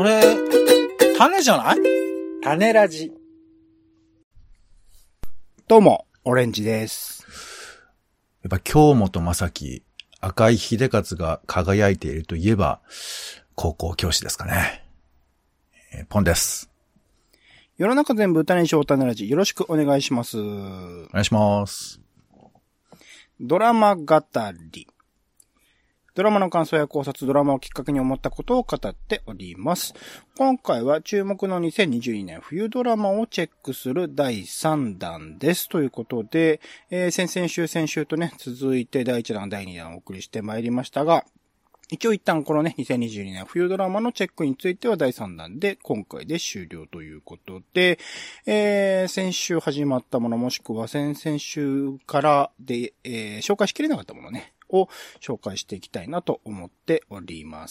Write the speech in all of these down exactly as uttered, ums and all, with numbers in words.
それ、種じゃない？ 種ラジ。どうも、オレンジです。 やっぱ京本正樹、赤井秀勝が輝いているといえば、高校教師ですかね。えー、ポンです。 世の中全部種にしよう種ラジ。よろしくお願いします。お願いします。 ドラマ語り。ドラマの感想や考察、ドラマをきっかけに思ったことを語っております。今回は注目のにせんにじゅうにねん冬ドラマをチェックするだいさんだんです。ということで、えー、先々週、先週とね、続いてだいいちだん、だいにだんをお送りしてまいりましたが、一応一旦このね、にせんにじゅうにねん冬ドラマのチェックについてはだいさんだんで今回で終了ということで、えー、先週始まったものもしくは先々週からで、えー、紹介しきれなかったものね、を紹介していきたいなと思っております。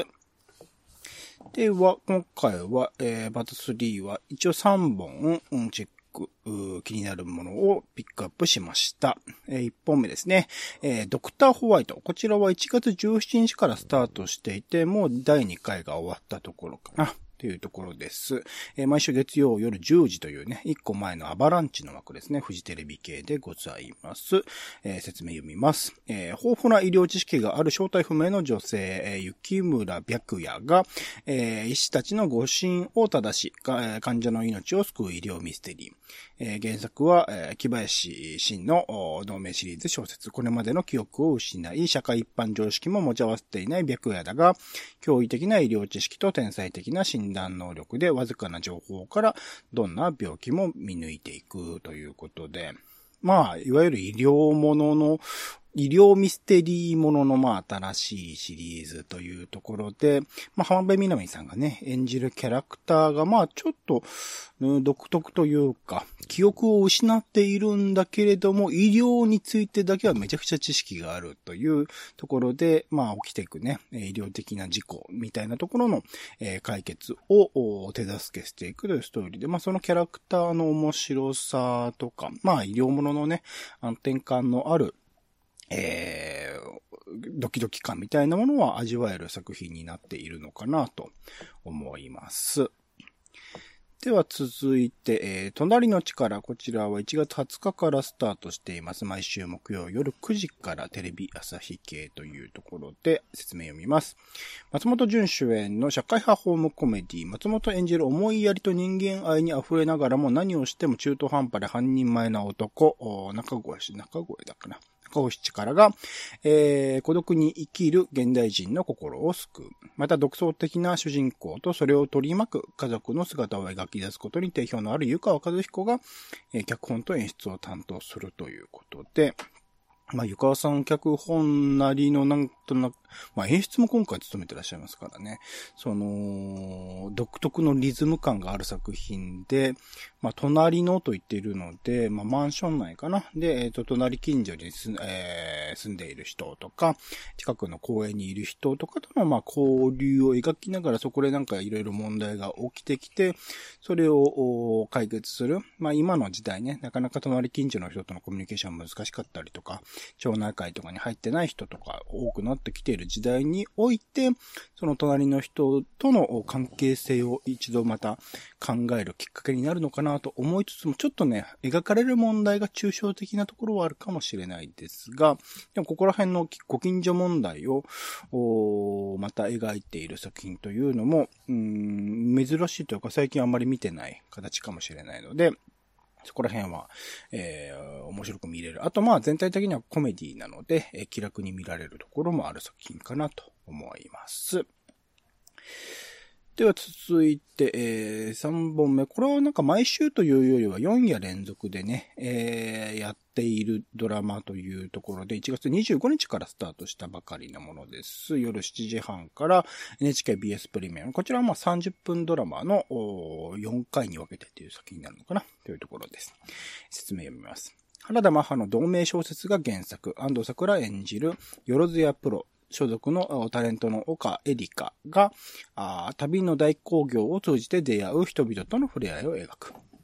では、今回は、えー、パートスリーは一応さんぼん、うん、チェック。気になるものをピックアップしました。えー、いっぽんめですね、えー。ドクターホワイト。こちらはいちがつじゅうしちにちからスタートしていて、もうだいにかいが終わったところかな。というところです。えー、毎週月曜夜じゅうじというね、いっこまえのアバランチの枠ですね。フジテレビ系でございます。えー、説明読みます。えー、豊富な医療知識がある正体不明の女性、えー、雪村白夜が、えー、医師たちの誤診を正し、患者の命を救う医療ミステリー。えー、原作は、えー、木林真の同名シリーズ小説。これまでの記憶を失い、社会一般常識も持ち合わせていない白夜だが、驚異的な医療知識と天才的な診断能力でわずかな情報からどんな病気も見抜いていくということで、まあ、いわゆる医療ものの医療ミステリーもののまあ新しいシリーズというところで、まあ浜辺美波さんがね、演じるキャラクターがまあちょっと、うん、独特というか、記憶を失っているんだけれども、医療についてだけはめちゃくちゃ知識があるというところで、まあ起きていくね、医療的な事故みたいなところの、えー、解決を手助けしていくというストーリーで、まあそのキャラクターの面白さとか、まあ医療もののね、安定感のあるえー、ドキドキ感みたいなものは味わえる作品になっているのかなと思います。では続いて、えー、隣の力、こちらはいちがつはつかからスタートしています。毎週木曜夜くじからテレビ朝日系というところで説明を見ます。松本潤主演の社会派ホームコメディ、松本演じる思いやりと人間愛に溢れながらも何をしても中途半端で半人前な男、中越、中越だかな。中越力が、えー、孤独に生きる現代人の心を救う。また独創的な主人公とそれを取り巻く家族の姿を描き出すことに定評のある湯川和彦が、えー、脚本と演出を担当するということで、まあ、湯川さん脚本なりのなんとなく、まあ、演出も今回務めてらっしゃいますからね。その、独特のリズム感がある作品で、まあ、隣のと言っているので、まあ、マンション内かな。で、えっと、隣近所に住ん、えー、住んでいる人とか、近くの公園にいる人とかとの、まあ、交流を描きながら、そこでなんかいろいろ問題が起きてきて、それを解決する。まあ、今の時代ね、なかなか隣近所の人とのコミュニケーション難しかったりとか、町内会とかに入ってない人とか多くなってきている時代において、その隣の人との関係性を一度また考えるきっかけになるのかなと思いつつも、ちょっとね、描かれる問題が抽象的なところはあるかもしれないですが、でもここら辺のご近所問題をまた描いている作品というのも、うーん、珍しいというか最近あんまり見てない形かもしれないので、そこら辺は、えー、面白く見れる。あとまあ全体的にはコメディなので、えー、気楽に見られるところもある作品かなと思います。では続いて、えー、さんぼんめ。これはなんか毎週というよりはよんや連続でね、えー、やっているドラマというところでいちがつにじゅうごにちからスタートしたばかりのものです。夜しちじはんから エヌエイチケービーエス プレミアム。こちらはまあさんじゅっぷんドラマのよんかいに分けてという作品になるのかなというところです。説明を読みます。原田マハの同名小説が原作。安藤サクラ演じるよろずやプロ。所属のタレントの岡エリカが旅の代行業を通じて出会う人々との触れ合いを描く。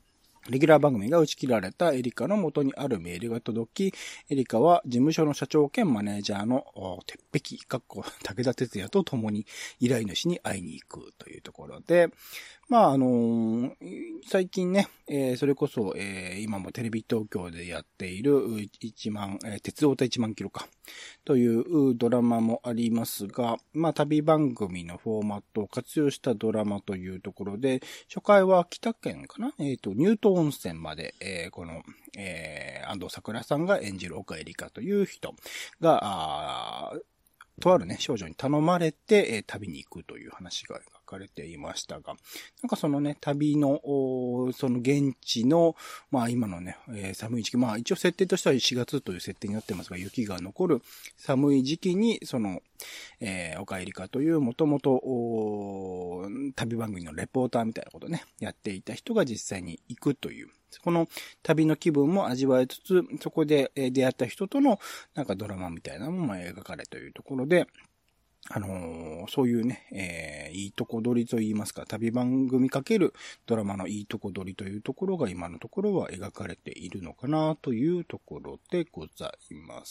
レギュラー番組が打ち切られたエリカの元にあるメールが届き、エリカは事務所の社長兼マネージャーの鉄壁、かっこ武田鉄矢と共に依頼主に会いに行くというところで、まああのー、最近ね、えー、それこそ、えー、今もテレビ東京でやっているいちまん、えー、鉄オタいちまんキロかというドラマもありますが、まあ旅番組のフォーマットを活用したドラマというところで、初回は北県かな、えっと、乳頭温泉まで、えー、この、えー、安藤サクラさんが演じる岡エリカという人が、あとあるね、少女に頼まれて、えー、旅に行くという話が描かれていましたが、なんかそのね、旅の、その現地の、まあ今のね、えー、寒い時期、まあ一応設定としてはしがつという設定になってますが、雪が残る寒い時期に、その、えー、岡エリカというもともと、旅番組のレポーターみたいなことをね、やっていた人が実際に行くという、この旅の気分も味わいつつ、そこで出会った人とのなんかドラマみたいなのも描かれというところで、あのー、そういうね、えー、いいとこ取りと言いますか、旅番組かけるドラマのいいとこ取りというところが今のところは描かれているのかなというところでございます。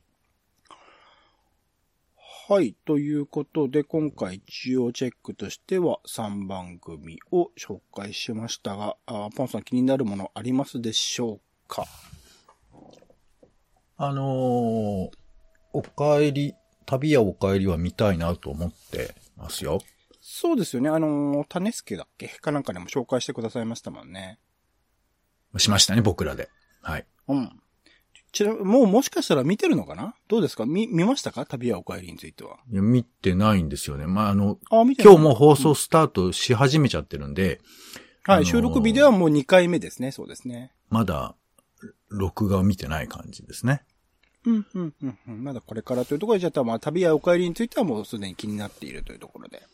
はい。ということで、今回一応チェックとしてはさんばん組を紹介しましたが、あポンさん気になるものありますでしょうか？ あのー、お帰り、旅やお帰りは見たいなと思ってますよ。 そうですよね。あのー、種助だっけかなんかでも紹介してくださいましたもんね。 しましたね、僕らで。はい。 うん。ちなもうもしかしたら見てるのかな？どうですか？見、見ましたか？旅やお帰りについては。 いや、見てないんですよね。まあ、あの、 あ見て今日もう放送スタートし始めちゃってるんで。 うん、はい、収録日ではもうにかいめですね。そうですね。 まだ、録画を見てない感じですね。 うん、うん、うん、うん。まだこれからというところで、じゃあ、まあ、旅やお帰りについてはもうすでに気になっているというところで。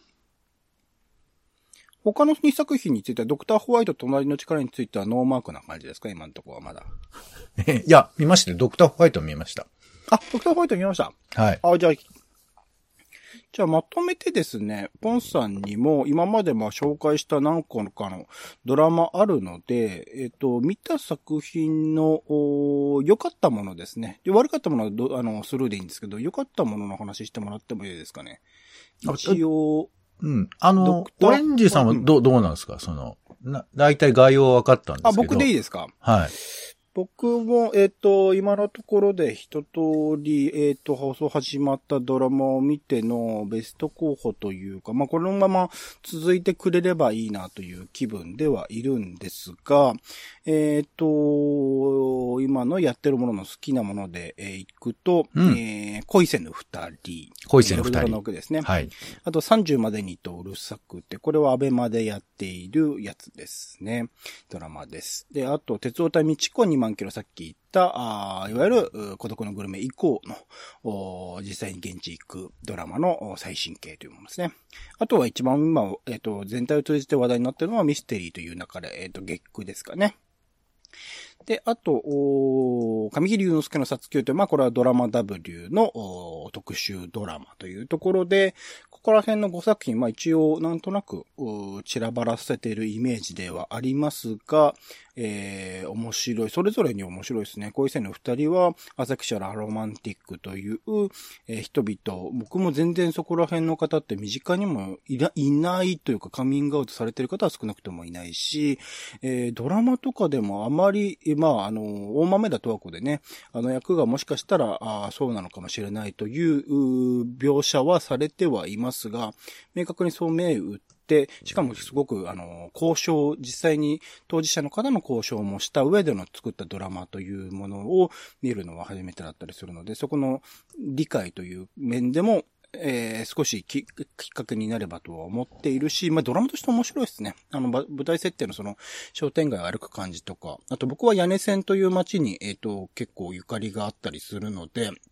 他のにさく品については、ドクターホワイト隣の力についてはノーマークな感じですか？今のところはまだ。 え、いや、見ましたよ。ドクターホワイト見ました。 あ、ドクターホワイト見ました。 はい。 あ、じゃあ、じゃあまとめてですね、ポンさんにも今までまあ紹介した何個かのドラマあるので、えっと、見た作品の良かったものですね。で悪かったものはどあのスルーでいいんですけど、良かったものの話してもらってもいいですかね。一応、 うん。あの、オレンジさんはど、うん、どうなんですか？その、な、大体概要は分かったんですけど。 あ、僕でいいですか？ はい。 僕も、えっと、今のところで一通り、えっと、放送始まったドラマを見てのベスト候補というか、まあ、このまま続いてくれればいいなという気分ではいるんですが、えっと、今のやってるものの好きなもので、えー、いくと、うん、えー、恋せぬ二人。 恋せぬ二人。 の奥ですね。 はい。 あと、さんじゅうまでにとうるさくて、これはアベマでやっているやつですね。ドラマです。で、あと、鉄オタみちこにまんキロ、さっき言った、あいわゆる孤独のグルメ以降の実際に現地行くドラマの最新形というものですね。あとは一番今、えっと、全体を通じて話題になっているのはミステリーという中で、えっと、月9ですかね。で、あと、神木隆之介の殺球という、まあこれはドラマ W の特集ドラマというところで、ここら辺のごさく品、まあ一応なんとなく散らばらせているイメージではありますが、えー、面白い。それぞれに面白いですね。恋せぬ二人は、アセクシャルロマンティックという、えー、人々。僕も全然そこら辺の方って身近にもいら、いないというかカミングアウトされている方は少なくともいないし、えー、ドラマとかでもあまり、まあ、あの、大豆田十和子でね、あの役がもしかしたら、あそうなのかもしれないという描写はされてはいますが、明確にそう銘打って、で、しかもすごく、あの、交渉、実際に当事者の方の交渉もした上での作ったドラマというものを見るのは初めてだったりするので、そこの理解という面でも、えー、少しき、きっかけになればとは思っているし、まあ、ドラマとして面白いですね。あの、舞台設定のその、商店街を歩く感じとか、あと僕は屋根線という街に、えっと、結構ゆかりがあったりするので、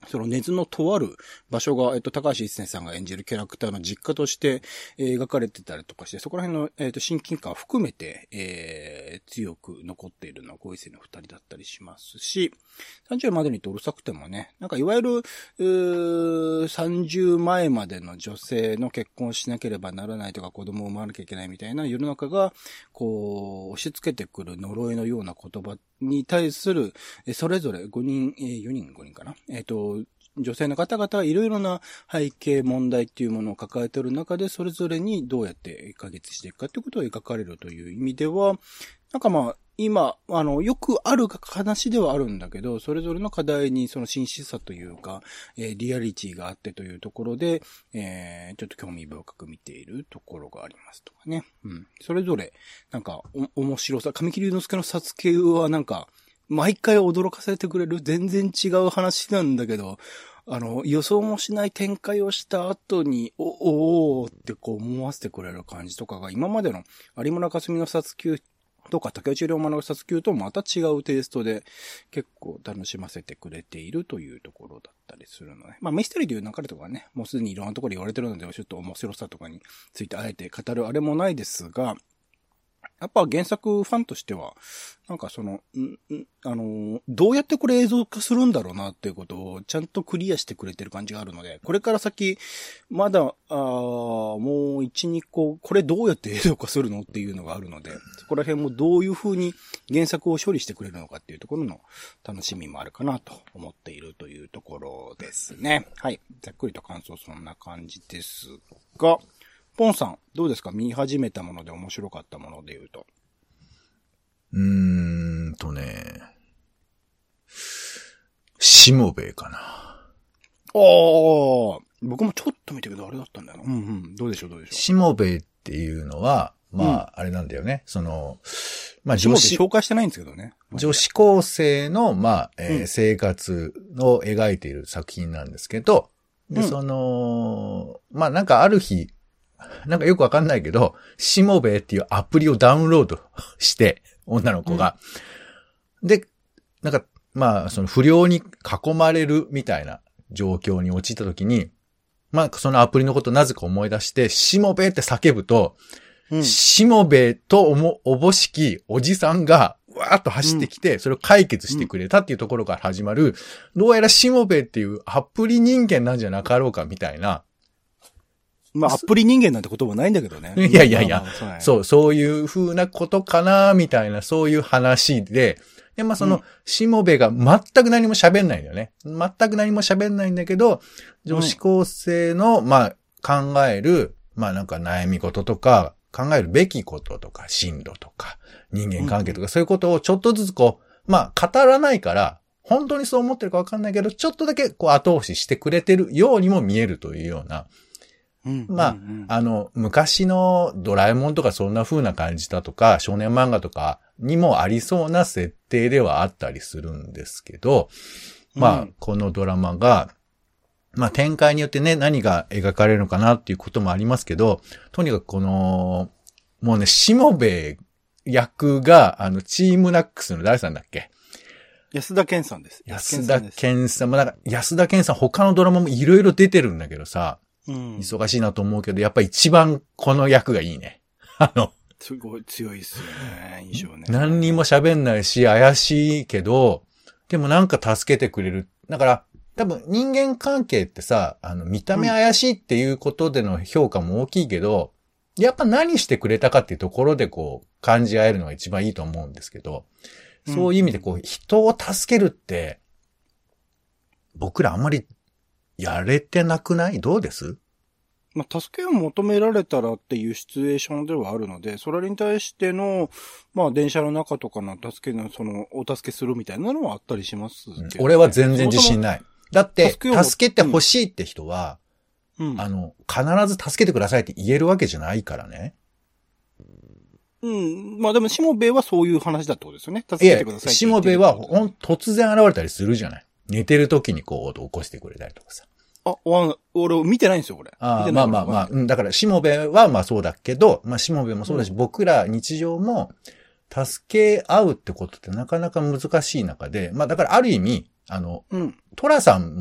その根津のとある場所が、えっと、高橋一生さんが演じるキャラクターの実家として、えー、描かれてたりとかして、そこら辺の、えっと、親近感を含めて、えー、強く残っているのはごいせいの二人だったりしますし、さんじゅうまでにとうるさくてもね、なんかいわゆる、うーさんじゅうまえまでの女性の結婚しなければならないとか子供を産まなきゃいけないみたいな世の中が、こう、押し付けてくる呪いのような言葉に対する、それぞれごにん、えー、よにん、ごにんかな。えっと、女性の方々はいろいろな背景問題っていうものを抱えている中で、それぞれにどうやって解決していくかということを描かれるという意味では、なんかまあ、今、あの、よくある話ではあるんだけど、それぞれの課題にその真摯さというか、えー、リアリティがあってというところで、えー、ちょっと興味深く見ているところがありますとかね。うん。それぞれ、なんか、お、面白さ、神木隆之介のサツケはなんか、毎回驚かせてくれる全然違う話なんだけど、あの、予想もしない展開をした後に、お、おーってこう思わせてくれる感じとかが、今までの有村架純の殺球とか竹内涼真の殺球とまた違うテイストで、結構楽しませてくれているというところだったりするので、まあミステリーという流れとかね、もうすでにいろんなところで言われてるので、ちょっと面白さとかについてあえて語るあれもないですが、やっぱ原作ファンとしては、なんかその、んんあの、どうやってこれ映像化するんだろうなっていうことをちゃんとクリアしてくれてる感じがあるので、これから先、まだ、あもういち、にこ、これどうやって映像化するのっていうのがあるので、そこら辺もどういう風に原作を処理してくれるのかっていうところの楽しみもあるかなと思っているというところですね。はい。ざっくりと感想そんな感じですが、ポンさん、どうですか？見始めたもので面白かったもので言うと。 うーんとね。しもべえかな。 ああ、僕もちょっと見たけどあれだったんだよな。うんうん。どうでしょうどうでしょう。 しもべえっていうのは、まあ、うん、あれなんだよね。その、まあ女子。紹介してないんですけどね。 女子高生の、まあ、えーうん、生活を描いている作品なんですけど、で、うん、その、まあなんかある日、なんかよくわかんないけど、しもべえっていうアプリをダウンロードして、女の子が。うん、で、なんか、まあ、その不良に囲まれるみたいな状況に陥った時に、まあ、そのアプリのことなぜか思い出して、しもべえって叫ぶと、うん、しもべえとおも、おぼしきおじさんが、わーっと走ってきて、それを解決してくれたっていうところから始まる、どうやらしもべえっていうアプリ人間なんじゃなかろうかみたいな、 まあ、アプリ人間なんて言葉ないんだけどね。 いやいやいや、そう、そういう風なことかな、みたいな、そういう話で、で、まあ、その、しもべが全く何も喋んないんだよね。全く何も喋んないんだけど、女子高生の、まあ、考える、まあ、なんか悩み事とか、考えるべきこととか、進路とか、人間関係とか、そういうことをちょっとずつこう、まあ、語らないから、本当にそう思ってるかわかんないけど、ちょっとだけこう後押ししてくれてるようにも見えるというような、 うんまあ、 うんうん、 あの、昔のドラえもんとかそんな風な感じだとか、少年漫画とかにもありそうな設定ではあったりするんですけど、まあ、このドラマが、まあ展開によってね、何が描かれるのかなっていうこともありますけど、とにかくこの、もうね、しもべ役が、あの、チームナックスの誰さんだっけ？ 安田健さんです。 安田健さん。まあ、なんか安田健さん他のドラマもいろいろ出てるんだけどさ、うん、忙しいなと思うけど、やっぱり一番この役がいいね。あの、 すごい強いっすよね。印象ね。 何にも喋んないし、怪しいけど、でもなんか助けてくれる。だから、多分人間関係ってさ、あの、見た目怪しいっていうことでの評価も大きいけど、うん、やっぱ何してくれたかっていうところでこう、感じ合えるのが一番いいと思うんですけど、そういう意味でこう、人を助けるって、僕らあんまりやれてなくない？どうです？ まあ、助けを求められたらっていうシチュエーションではあるので、それに対しての、まあ、電車の中とかの助けの、その、お助けするみたいなのはあったりしますけどね、 うん、俺は全然自信ない。だって、助けて欲しいって人は、うん、あの、必ず助けてくださいって言えるわけじゃないからね。 うん。まあでも、しもべえはそういう話だってことですよね。助けてくださいって言ってるってことです。 しもべえは、ほん、突然現れたりするじゃない。寝てる時にこう、起こしてくれたりとかさ。 あ、俺見てないんですよ、これ。 ああ、まあまあまあ、うん、だから、しもべはまあそうだけど、まあしもべもそうだし、うん、僕ら日常も、助け合うってことってなかなか難しい中で、まあだからある意味、あの、うん、トラさんも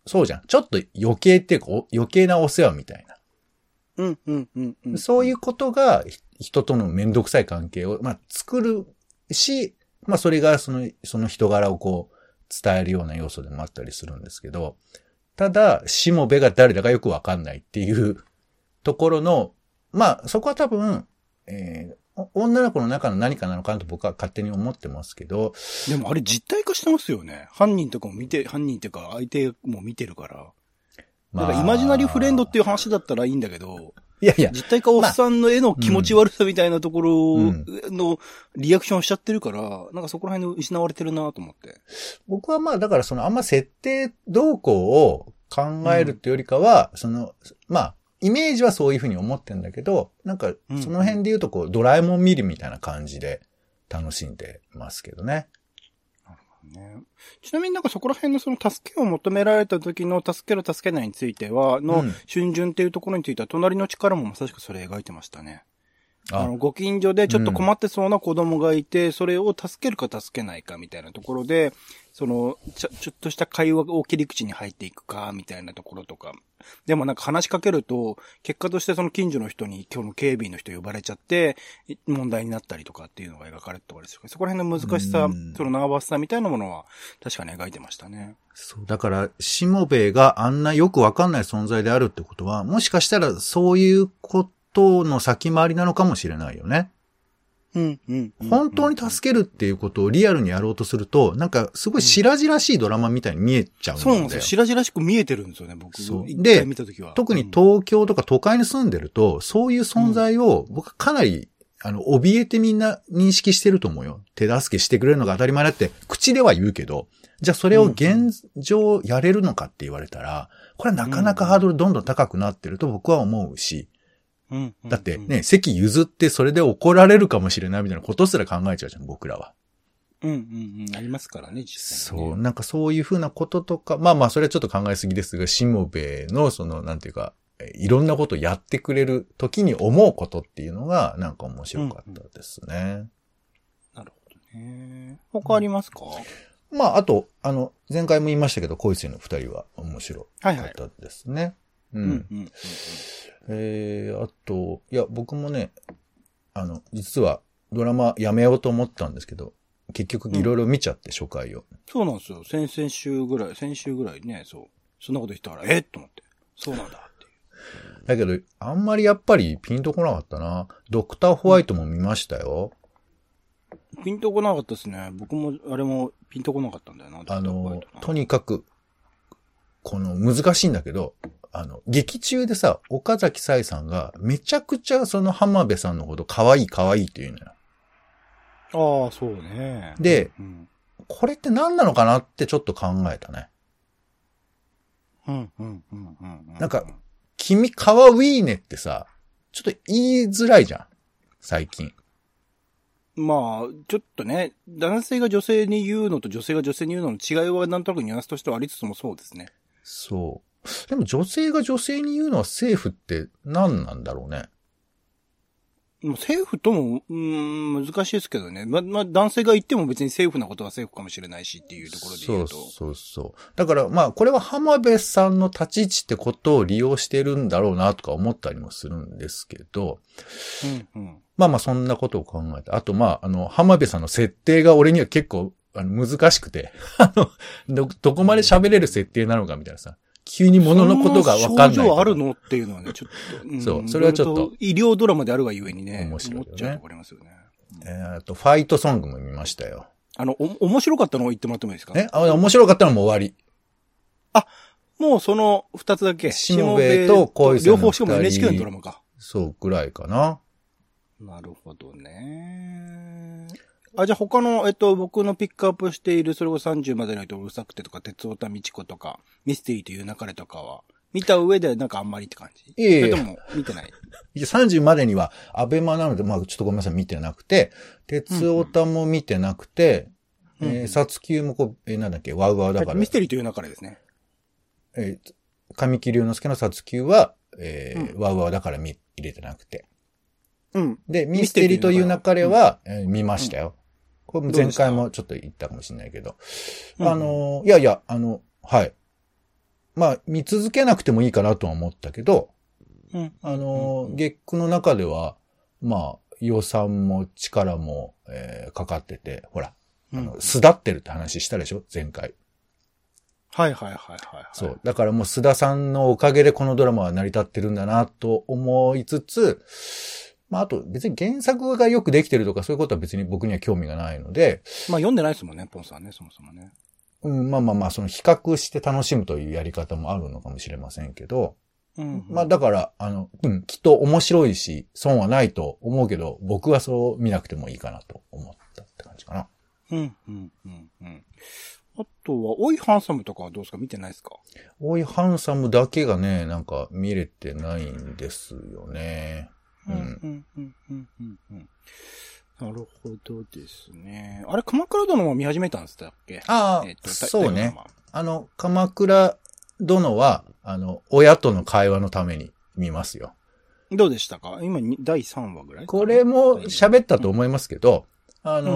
そうじゃん。ちょっと余計っていうか、余計なお世話みたいな。 うんうんうんうん。 そういうことが人とのめんどくさい関係を、まあ、作るし、まあ、それがその、その人柄をこう、伝えるような要素でもあったりするんですけど、ただ、しもべが誰だかよくわかんないっていうところの、まあ、そこは多分、えー、女の子の中の何かなのかなと僕は勝手に思ってますけど。 でもあれ実体化してますよね。犯人とかも見て、犯人っていうか相手も見てるから。まあ、なんかイマジナリーフレンドっていう話だったらいいんだけど、 いやいや。 実体化おっさんの絵の気持ち悪さみたいなところのリアクションしちゃってるから、なんかそこら辺で失われてるなと思って。 僕はまあだからそのあんま設定動向を考えるってよりかは、うん、その、まあ、イメージはそういうふうに思ってんだけど、なんかその辺で言うとこう、ドラえもん見るみたいな感じで楽しんでますけどね。 ね、ちなみになんかそこら辺のその助けを求められた時の助ける助けないについては、の春巡っていうところについては隣の力もまさしくそれ描いてましたね。あの、ご近所でちょっと困ってそうな子供がいて、うん、それを助けるか助けないかみたいなところで、その、ちょ、ちょっとした会話を切り口に入っていくか、みたいなところとか。でもなんか話しかけると、結果としてその近所の人に今日の警備員の人呼ばれちゃって、問題になったりとかっていうのが描かれてたわけですよ。そこら辺の難しさ、そのナーバスさみたいなものは確かに描いてましたね。 そう。だから、しもべえがあんなよくわかんない存在であるってことは、もしかしたらそういうことの先回りなのかもしれないよね。 うんうんうん、 本当に助けるっていうことをリアルにやろうとすると、なんかすごい白々しいドラマみたいに見えちゃうんだよ。 そうなんですよ。白々しく見えてるんですよね、僕。 そう。 一回見たときは。 で、特に東京とか都会に住んでると、そういう存在を僕かなり、あの、怯えてみんな認識してると思うよ。手助けしてくれるのが当たり前だって、口では言うけど、じゃあそれを現状やれるのかって言われたら、これはなかなかハードルどんどん高くなってると僕は思うし、 うんうんうん、 だってね、席譲ってそれで怒られるかもしれないみたいなことすら考えちゃうじゃん、僕らは。 うんうんうん。ありますからね、実際に、ね。 そう、なんかそういうふうなこととか、まあまあそれはちょっと考えすぎですが、しもべのその、なんていうか、いろんなことやってくれる時に思うことっていうのが、なんか面白かったですね。うんうん、 なるほどね。他ありますか？ うん、まあ、あと、あの、前回も言いましたけど、恋水の二人は面白かったですね。はいはい、うん。うんうんうん、えー、あと、いや、僕もね、あの、実はドラマやめようと思ったんですけど、結局いろいろ見ちゃって、うん、初回を。 そうなんですよ。先々週ぐらい、先週ぐらいね、そう。そんなこと言ったから、えっと思って。そうなんだっていう。 だけど、あんまりやっぱりピンとこなかったな。ドクターホワイトも見ましたよ。 うん、ピンとこなかったですね。僕も、あれもピンとこなかったんだよな。 あの、とにかく、この難しいんだけど、あの、劇中でさ、岡崎紗絵さんがめちゃくちゃその浜辺さんのこと可愛い可愛いって言うのよ。 ああ、そうね。 で、 うん、 これって何なのかなってちょっと考えたね。 うん、うん、うん、うん。 なんか、君かわウィーネってさ、ちょっと言いづらいじゃん。最近。 まあ、ちょっとね、男性が女性に言うのと女性が女性に言うのの違いはなんとなくニュアンスとしてはありつつもそうですね。 そう。でも女性が女性に言うのはセーフって何なんだろうね。 セーフとも、うーん、難しいですけどね。ま、まあ、男性が言っても別にセーフなことはセーフかもしれないしっていうところで言うと。 そうそうそう。だからまあ、これは浜辺さんの立ち位置ってことを利用してるんだろうなとか思ったりもするんですけど。 うんうん。 まあまあ、そんなことを考えて。あとまあ、あの、浜辺さんの設定が俺には結構、あの、難しくて。あの、ど、どこまで喋れる設定なのかみたいなさ。急に物のことが分かんない。 症状あるのっていうのはね、ちょっと。うん、 そう、それはちょっと。 医療ドラマであるがゆえにね。 面白いよね。 思っちゃうとこありますよね。 えー、あと、ファイトソングも見ましたよ。 あの、お、面白かったのを言ってもらってもいいですか？ えあ、面白かったのも終わり。 あ、もうその二つだけ。 しもべと恋さんの二人。 両方しかも エヌエイチケー のドラマか。 そう、ぐらいかな。 なるほどね。あ、じゃあ他の、えっと、僕のピックアップしている、それこそさんじゅうまでの人うるさくてとか、鉄オタミチコとか、ミステリーという流れとかは、見た上でなんかあんまりって感じ？ いえいえ。 それとも見てない？ いや、さんじゅうまでには、アベマなので、まあ、ちょっとごめんなさい、見てなくて、鉄オタも見てなくて、うんうん、えー、殺球もこう、えー、なんだっけ、ワウワウだから。 ミステリーという流れですね。 えー、神木隆之介の殺球は、えー、うん、ワウワウだから見、入れてなくて。 うん。 で、ミステリーという流れは、うん、えー、見ましたよ。これ前回もちょっと言ったかもしれないけど。あの、いやいや、あの、はい。 まあ、見続けなくてもいいかなとは思ったけど、 うん。 あの、月句の中では、まあ、予算も力も、えー、かかってて、ほら、あの、巣立ってるって話したでしょ前回。 はいはいはいはい、はい。 そう。だからもう須田さんのおかげでこのドラマは成り立ってるんだなと思いつつ、まああと別に原作がよくできてるとかそういうことは別に僕には興味がないので。 まあ読んでないですもんね、ポンさんね、そもそもね。 うん、まあまあまあ、その比較して楽しむというやり方もあるのかもしれませんけど。 うん、うん。 まあだから、あの、うん、きっと面白いし、損はないと思うけど、僕はそう見なくてもいいかなと思ったって感じかな。 うん、うん、うん、うん。あとは、おいハンサムとかはどうですか？見てないですか？ おいハンサムだけがね、なんか見れてないんですよね。 うん、うん、うん、うん、うん。なるほどですね。あれ、鎌倉殿も見始めたんですっけ？ ああ、 えーと、 そうね。あの、鎌倉殿は、あの、親との会話のために見ますよ。 どうでしたか？今に、だいさんわぐらい？ これも喋ったと思いますけど、うん、あの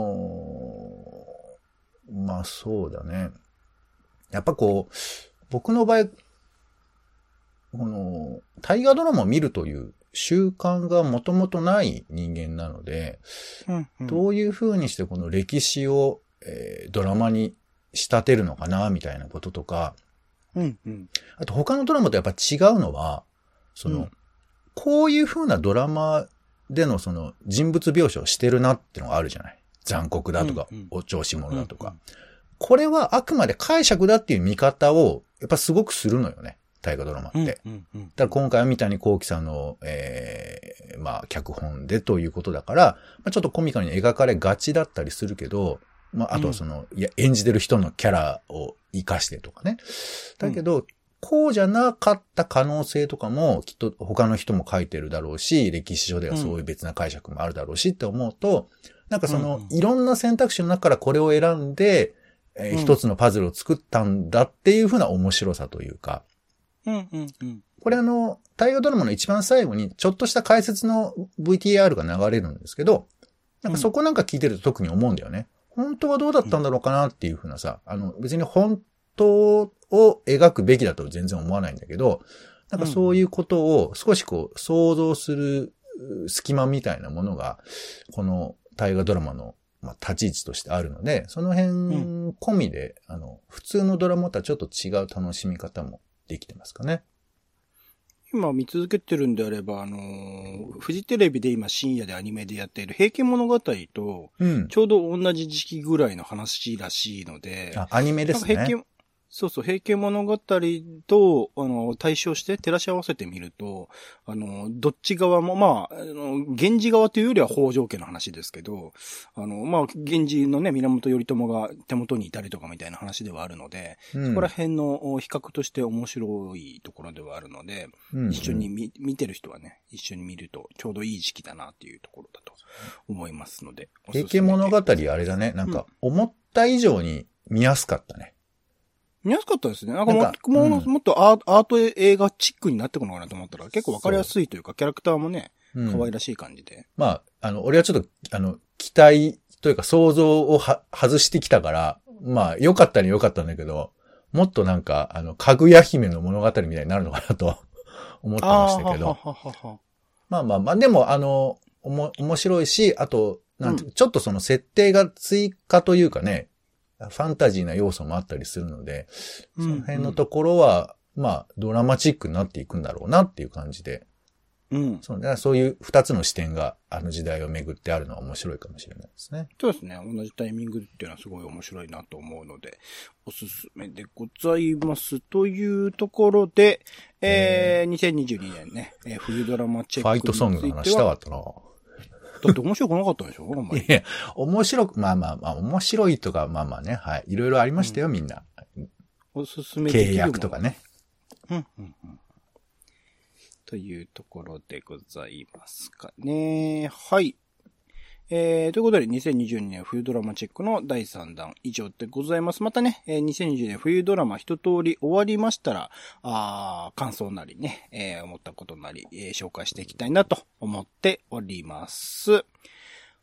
ーうん、まあそうだね。やっぱこう、僕の場合、この、大河ドラマを見るという習慣がもともとない人間なので、 うんうん、 どういう風にしてこの歴史を、えー、ドラマに仕立てるのかな、みたいなこととか、 うんうん、 あと他のドラマとやっぱ違うのは、その、うん、こういう風なドラマでのその人物描写をしてるなってのがあるじゃない。残酷だとか、うんうん、お調子者だとか、うんうん。これはあくまで解釈だっていう見方をやっぱすごくするのよね。大河ドラマって。 うんうんうん、だから今回は三谷幸喜さんの、えー、まあ、脚本でということだから、まあ、ちょっとコミカルに描かれがちだったりするけど、まあ、あとはその、うん、いや、演じてる人のキャラを活かしてとかね。だけど、うん、こうじゃなかった可能性とかも、きっと他の人も書いてるだろうし、歴史書ではそういう別な解釈もあるだろうしって思うと、うん、なんかその、いろんな選択肢の中からこれを選んで、えー、一つのパズルを作ったんだっていう風な面白さというか、 うんうんうん、 これあの、大河ドラマの一番最後にちょっとした解説の ブイティーアール が流れるんですけど、なんかそこなんか聞いてると特に思うんだよね。うん、本当はどうだったんだろうかなっていう風なさ、あの別に本当を描くべきだと全然思わないんだけど、なんかそういうことを少しこう想像する隙間みたいなものが、この大河ドラマのまあ、立ち位置としてあるので、その辺込みで、うん、あの、普通のドラマとはちょっと違う楽しみ方もできてますかね。 今見続けてるんであれば、あのー、フジテレビで今深夜でアニメでやっている平家物語と、うん、ちょうど同じ時期ぐらいの話らしいので、 あ、アニメですね。 平家そうそう、平家物語と、あの、対照して照らし合わせてみると、あの、どっち側も、まあ、あの、源氏側というよりは北条家の話ですけど、あの、まあ、源氏のね、源頼朝が手元にいたりとかみたいな話ではあるので、うん、そこら辺の比較として面白いところではあるので、うんうん、一緒に見、見てる人はね、一緒に見るとちょうどいい時期だなっていうところだと思いますので。 平家物語あれだね、なんか、思った以上に見やすかったね。 見やすかったですね。なんかもう、も, も, もっとアート、アート映画チックになってくのかなと思ったら、結構わかりやすいというか、キャラクターもね、可愛らしい感じで。 まあ、あの、俺はちょっと、あの、期待というか想像をは外してきたから、まあ、良かったに良かったんだけど、もっとなんか、あの、かぐや姫の物語みたいになるのかなと思ってましたけど。ははははまあまあまあ、でも、あの、おも、面白いし、あと、なんて、うん、ちょっとその設定が追加というかね、ファンタジーな要素もあったりするので、その辺のところは、うんうん、まあ、ドラマチックになっていくんだろうなっていう感じで、うん、そうね、そういう二つの視点があの時代を巡ってあるのは面白いかもしれないですね。 そうですね。同じタイミングっていうのはすごい面白いなと思うので、おすすめでございます。というところで、えー、にせんにじゅうにねんね、えー、冬ドラマチェックファイトソングの話したかったな。 だって面白くなかったでしょあんまり。 いや、面白く、まあまあまあ、面白いとか、まあまあね、はい。いろいろありましたよ、うん、みんな。 おすすめできる契約とかね。 うんうんうん。というところでございますかね。はい。えー、ということで、にせんにじゅうにねん冬ドラマチェックのだいさんだん以上でございます。またね、えー、にせんにじゅうねん冬ドラマ一通り終わりましたら、あー感想なりね、えー、思ったことなり、えー、紹介していきたいなと思っております。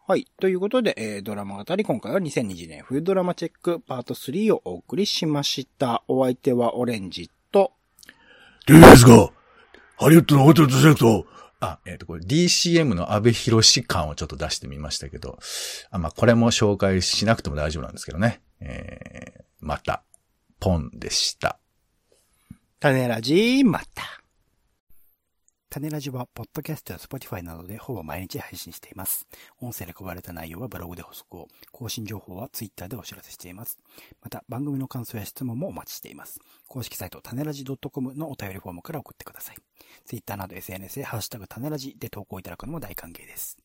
はい。ということで、えー、ドラマ語り、今回はにせんにじゅうねん冬ドラマチェックパートスリーをお送りしました。お相手はオレンジと、 ディーエスが、ハリウッドのホテルとセレクト。 あ、えっ、ー、と、これ ディーシーエム の安倍博士感をちょっと出してみましたけど、あ、まあ、これも紹介しなくても大丈夫なんですけどね。えー、また、ポンでした。 種ラジまた。 種ラジは、ポッドキャストや Spotify などでほぼ毎日配信しています。音声で配られた内容はブログで補足を、更新情報は Twitter でお知らせしています。また、番組の感想や質問もお待ちしています。公式サイト、種ラジ .com のお便りフォームから送ってください。Twitter など エスエヌエス でハッシュタグ種ラジで投稿いただくのも大歓迎です。